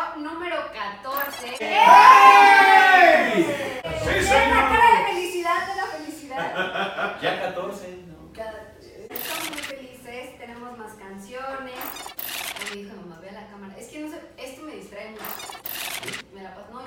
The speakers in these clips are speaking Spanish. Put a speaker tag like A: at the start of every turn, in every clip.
A: número 14.
B: ¡Ey!
C: Sí, señor.
A: La cara de felicidad, de la felicidad.
B: Ya 14, ¿no?
A: Estamos muy felices, tenemos más canciones. Como dijo mamá, ve a la cámara. Es que no sé, esto me distrae mucho. Me la paso, no,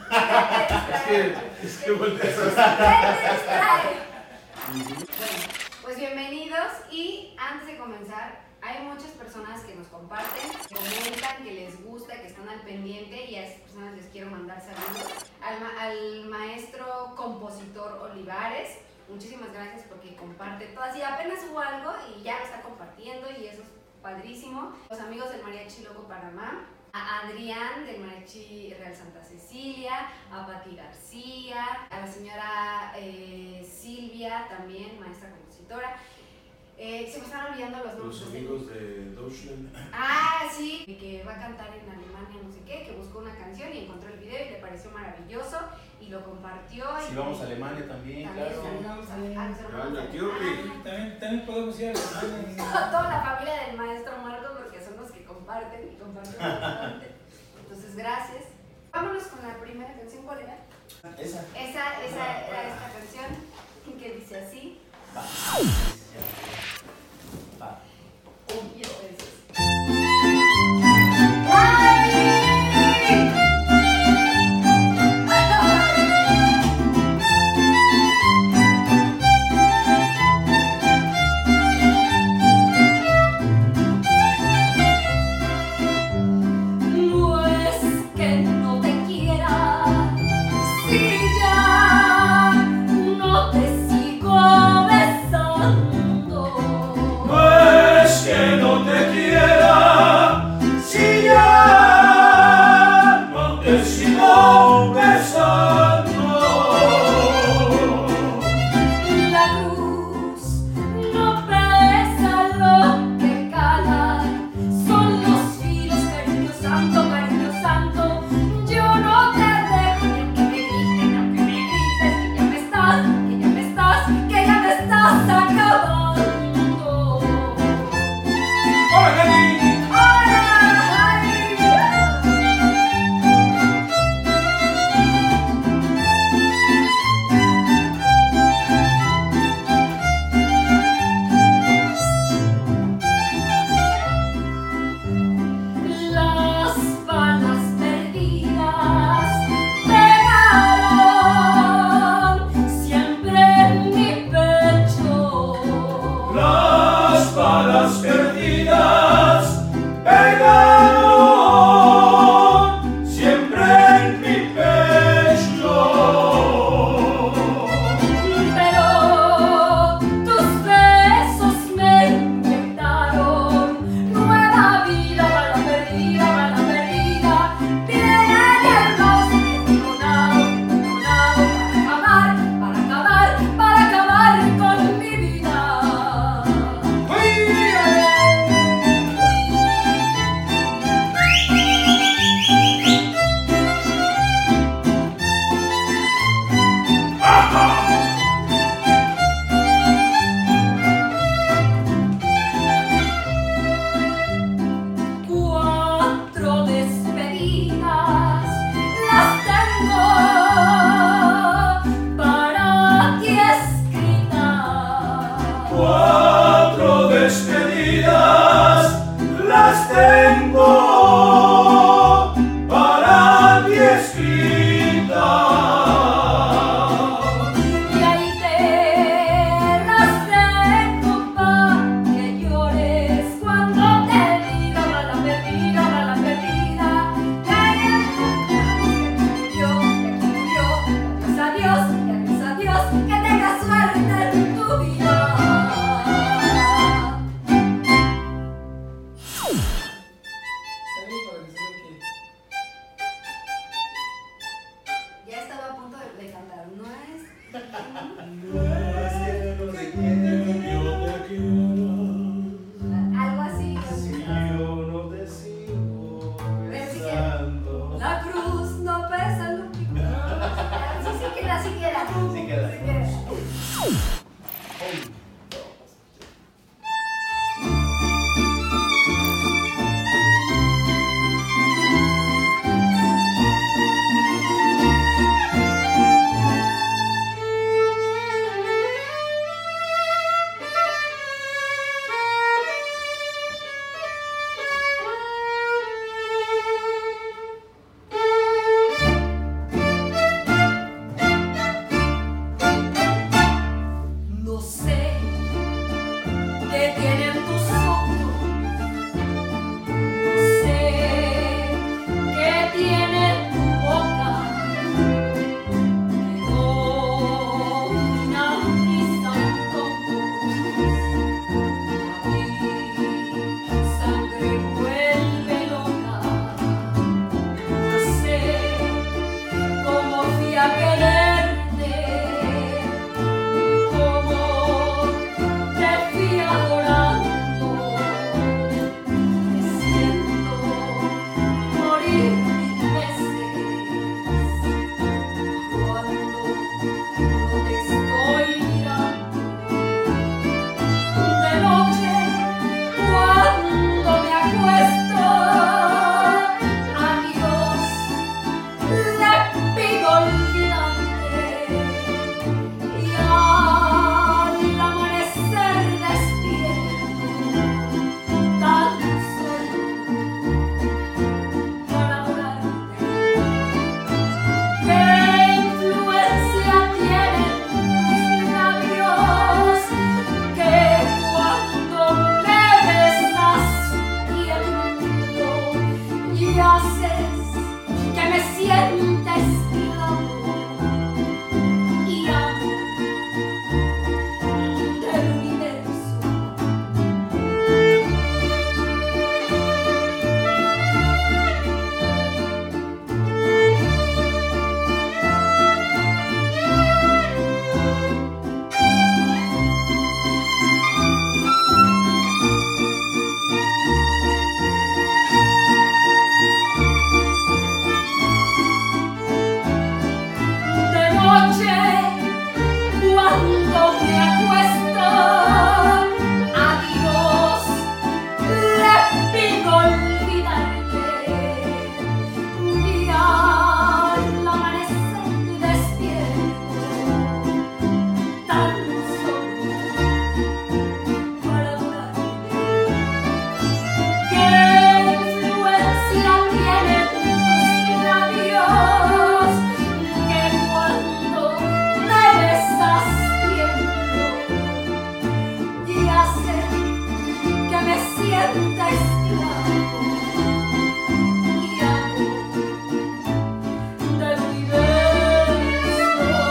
C: Es que volteas
A: me distrae. Bueno, pues bienvenidos y antes de comenzar, hay muchas personas que nos comparten, comentan que les gusta, que están al pendiente y a esas personas les quiero mandar saludos. Al maestro compositor Olivares, muchísimas gracias porque comparte todas y apenas hubo algo y ya lo está compartiendo y eso es padrísimo. Los amigos del Mariachi Loco Panamá, a Adrián del Mariachi Real Santa Cecilia, a Pati García, a la señora Silvia también, maestra compositora. Se me están olvidando los nombres.
C: Los amigos de Deutschland.
A: Ah, sí, que va a cantar en Alemania, no sé qué, que buscó una canción y encontró el video y le pareció maravilloso y lo compartió.
B: Si
A: y
B: vamos a Alemania también, claro.
A: saludamos a los hermanos.
C: Anda, qué horrible.
D: También podemos ir a Alemania.
A: Toda la familia del maestro Marcos, porque son los que comparten y comparten bastante. Entonces, gracias. Vámonos con la primera canción, ¿cuál era?
B: Esa.
A: Esa era esta canción que dice así.
B: Va. Va.
A: Y entonces. y haces que me sienta esclavo y amo del universo. Cuando me acuesto, a Dios le pido olvidarte y al amanecer despierto tan solo para adorarte. ¿Qué influencia tienen tus labios que cuando me besas y hace que me sienta esclavo y amo del universo?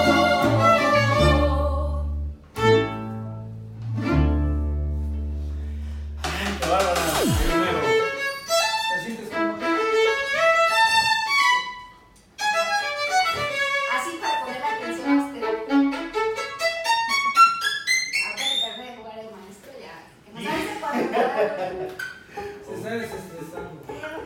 B: Qué bárbara.
C: Primero.
D: ¿Te sientes como?
A: Así para poner la atención a usted. Ahora que termine de jugar el maestro ya. Que no sabes de cuándo.
D: Se está desestresando.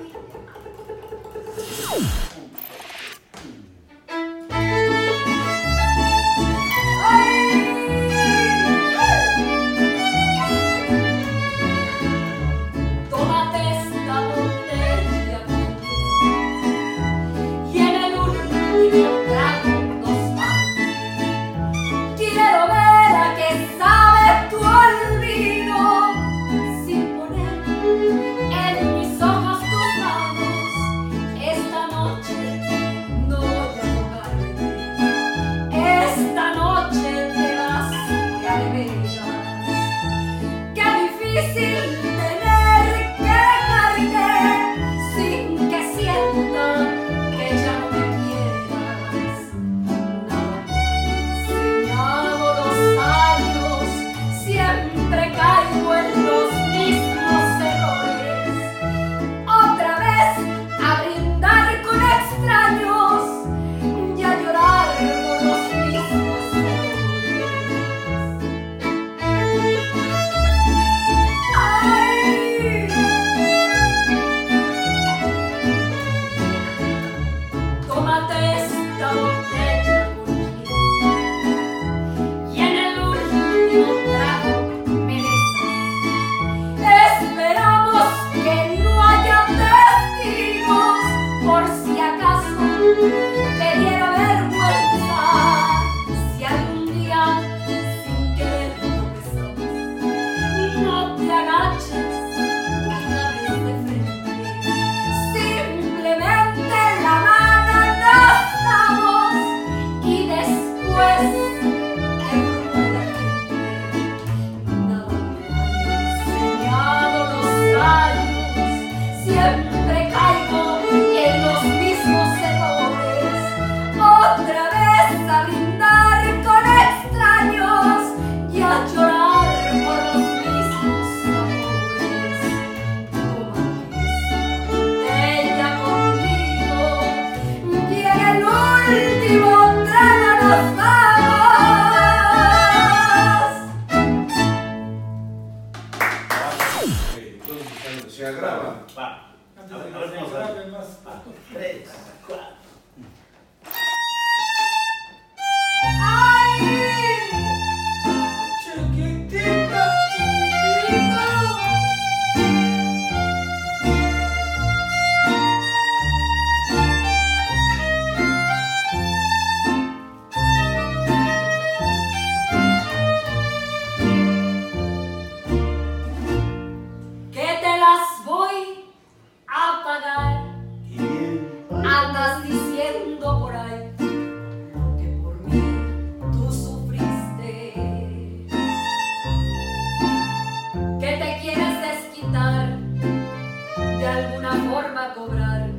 A: Tómate esta botella y en el último trago nos vamos. Quiero ver a qué sabe tu olvido sin poner en mis ojos tus manos. Esta noche no voy a tocarte. Esta noche te vas a de veras. Qué difícil tener que dejarte sin que sienta que ya no me quieras. Nada, los años, siempre caigo en los mismos errores. Otra vez a brindar con extraños y a llorar por los mismos tómate esta botella conmigo y en el último trago me besas. Esperamos que no haya testigos por si acaso te diera vergüenza si algún día sin querer tropezamos. No te agaches una vez de frente, simplemente la mano nos damos y después el rumbo de la gente. Nada me han enseñado los años, siempre caigo en los mismos errores. Otra vez a brindar con extraños y a llorar por los mismos amores. Tómate esta botella conmigo y en el último trago nos vamos.
C: Entonces, se agrava.
B: Va.
D: Antes
B: A
D: de
B: ver,
D: que
B: vamos
D: se
B: a ver.
D: grabe más.
B: 3, 4.
A: ¡Ay!
D: Chiquitita.
A: ¡Chiquito! Que te las voy a pagar.
B: Y bien.
A: Andas diciendo por ahí que por mí tú sufriste, que te quieres desquitar, de alguna forma cobrar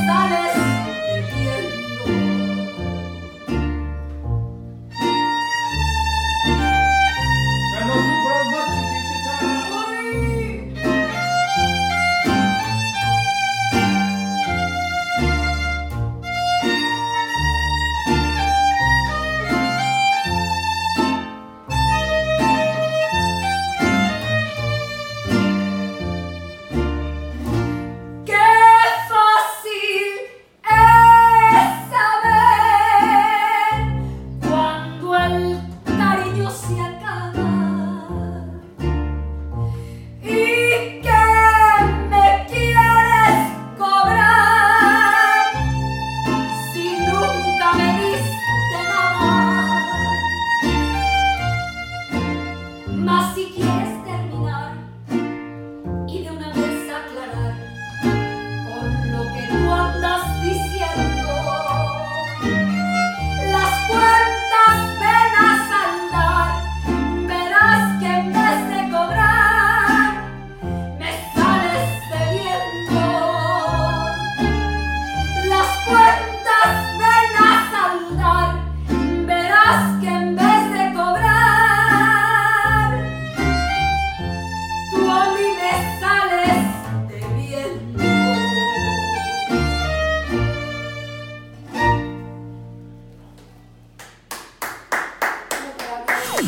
E: sales bebiendo.
D: Ya no sufras más, chiquitita.
E: Qué fácil es saber cuando el cariño se acaba y que me quieres cobrar si nunca me diste nada. Mas si quieres terminar y de una vez aclarar con lo que tú andas diciendo, las cuentas ven a saldar, verás que en vez de cobrar me sales debiendo. Las cuentas ven a saldar, verás que en vez de cobrar tú a mí me sales debiendo.
A: ¿Cómo te va a quedar?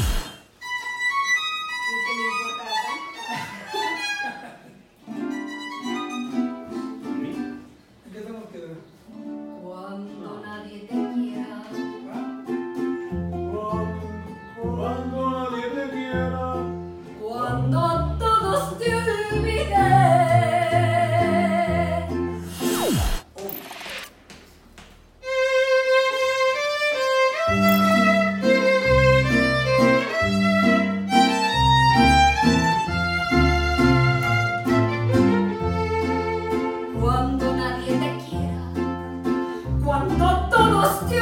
A: Ni que me importara
D: ¿Qué tenemos que ver?
E: Cuando nadie te quiera,
B: Cuando nadie te quiera.
E: cuando todos te olviden. Cuando nadie te quiera, cuando todos te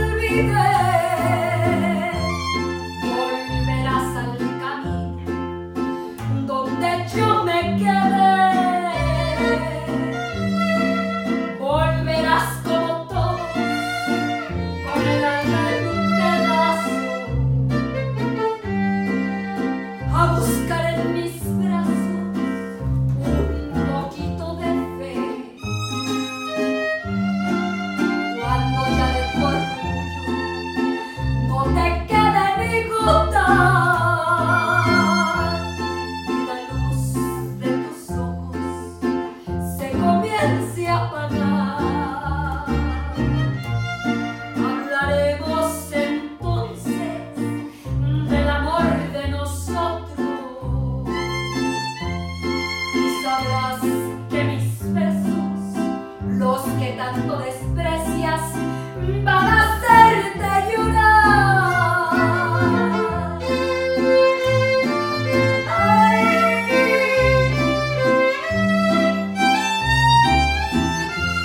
E: olviden, volverás al camino donde yo me quedé. Volverás como todos, con el alma en un pedazo, a buscar en mis brazos un poquito de fe. Cuando ya de tu orgullo no te quede ni gota y la luz de tus ojos se comience a apagar, hablaremos entonces del amor de nosotros y sabrás que mis besos, los que tanto desprecias, van a hacerte llorar. Ay.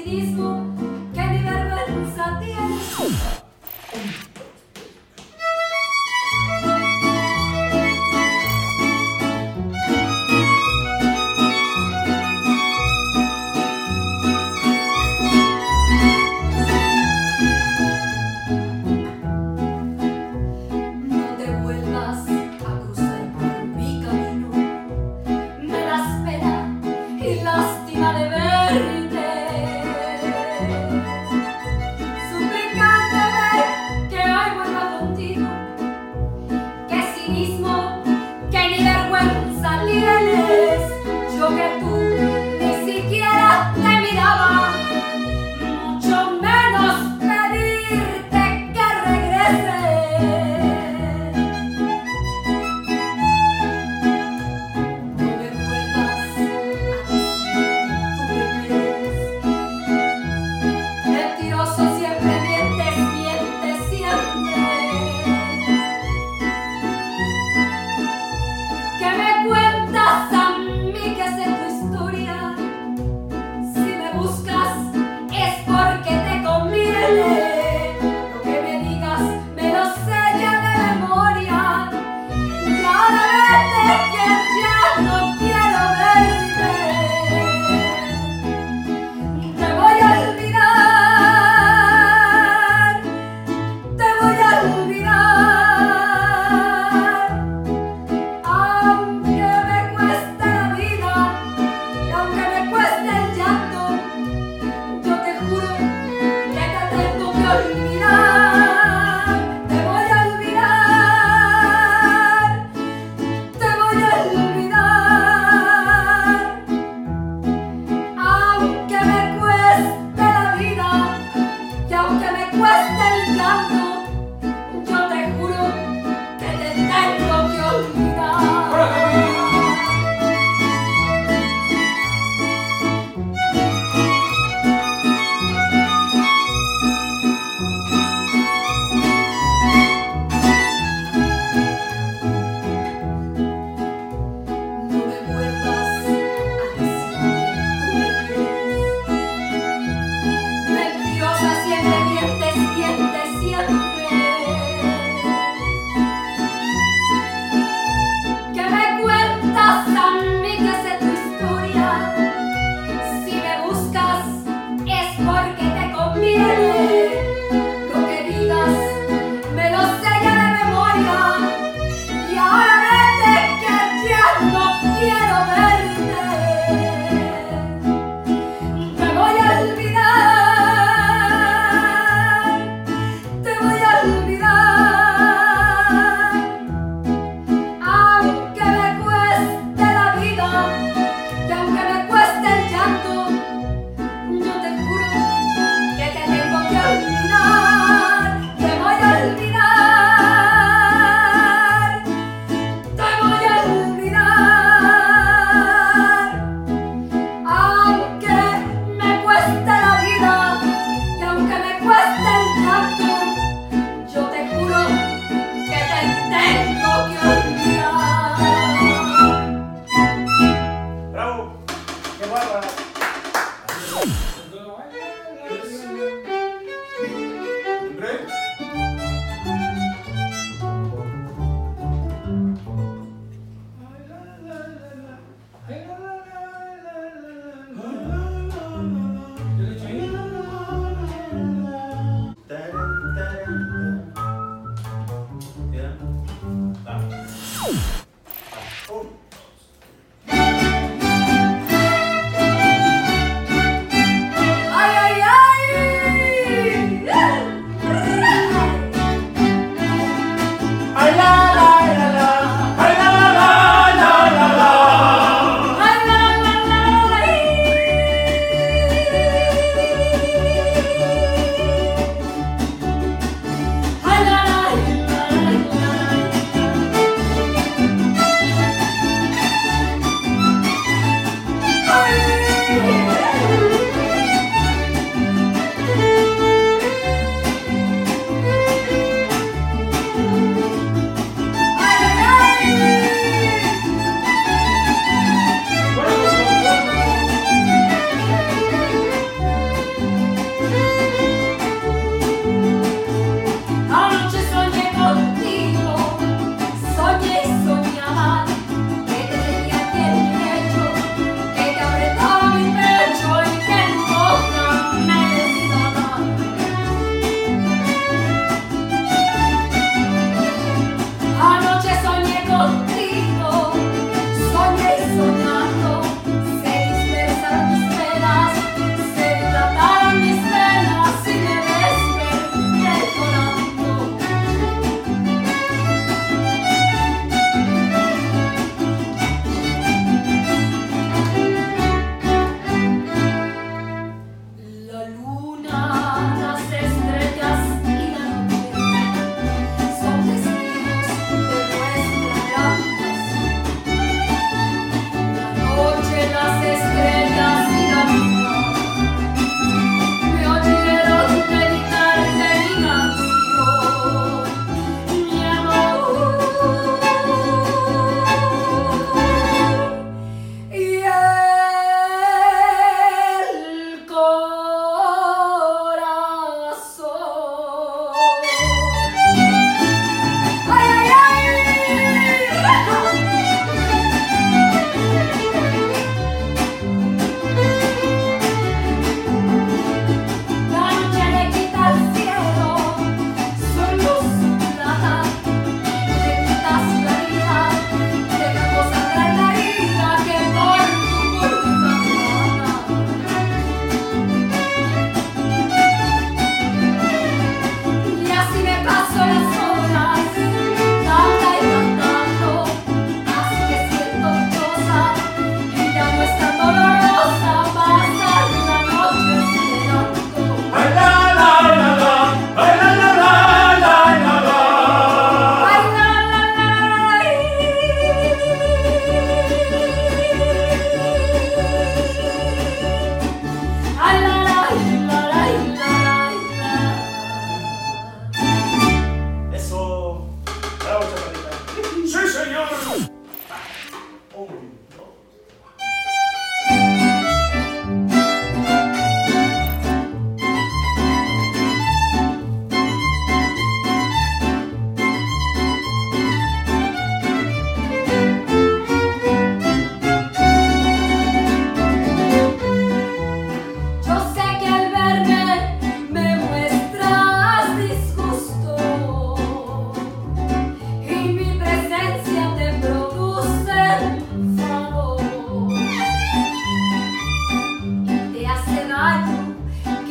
E: cinismo que ni vergüenza tiene. No te vuelvas a cruzar por mi camino, me das pena y lástima de verte.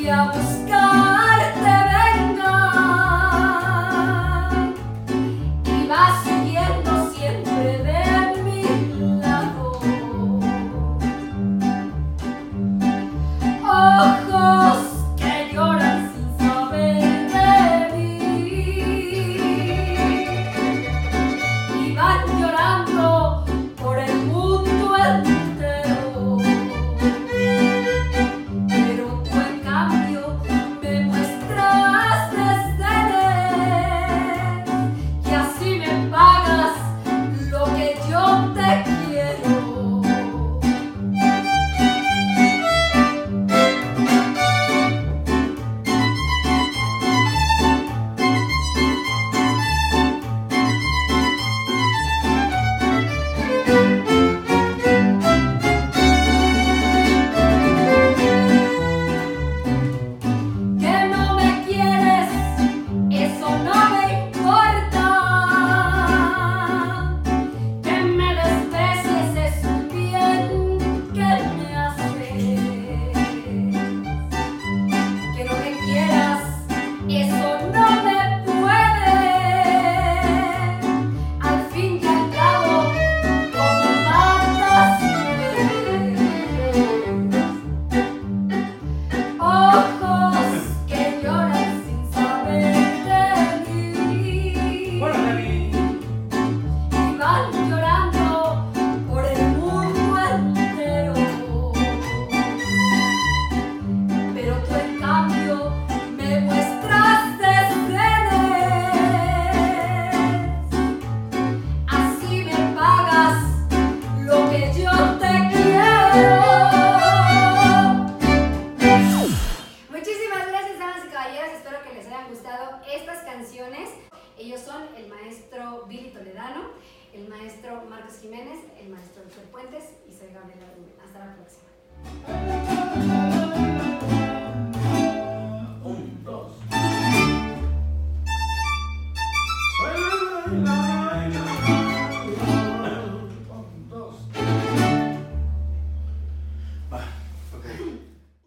E: que a buscarte venga y va siguiendo siempre de mi lado. Ojos que lloran sin saber de mí y van llorando por el mundo entero. Pero tú en cambio me muestras desdén y así me pagas lo que yo te quiero. Que no me quieres, eso no me importa. Que me desprecies es un bien que me haces. Que no me quieras, eso no me puede. Al fin y al cabo, como matas ojos que lloran sin saber de mí
D: Bueno, Dani.
E: y van llorando por el mundo entero. Pero tú en cambio me muestras desdén, así me pagas lo que yo te quiero.
A: Muchísimas gracias, damas y caballeros. Espero que les hayan gustado estas canciones. Ellos son el maestro Billy Toledano, el maestro Marcos Jiménez, el maestro Víctor Puentes y soy Gabriela Rubén. Hasta la próxima.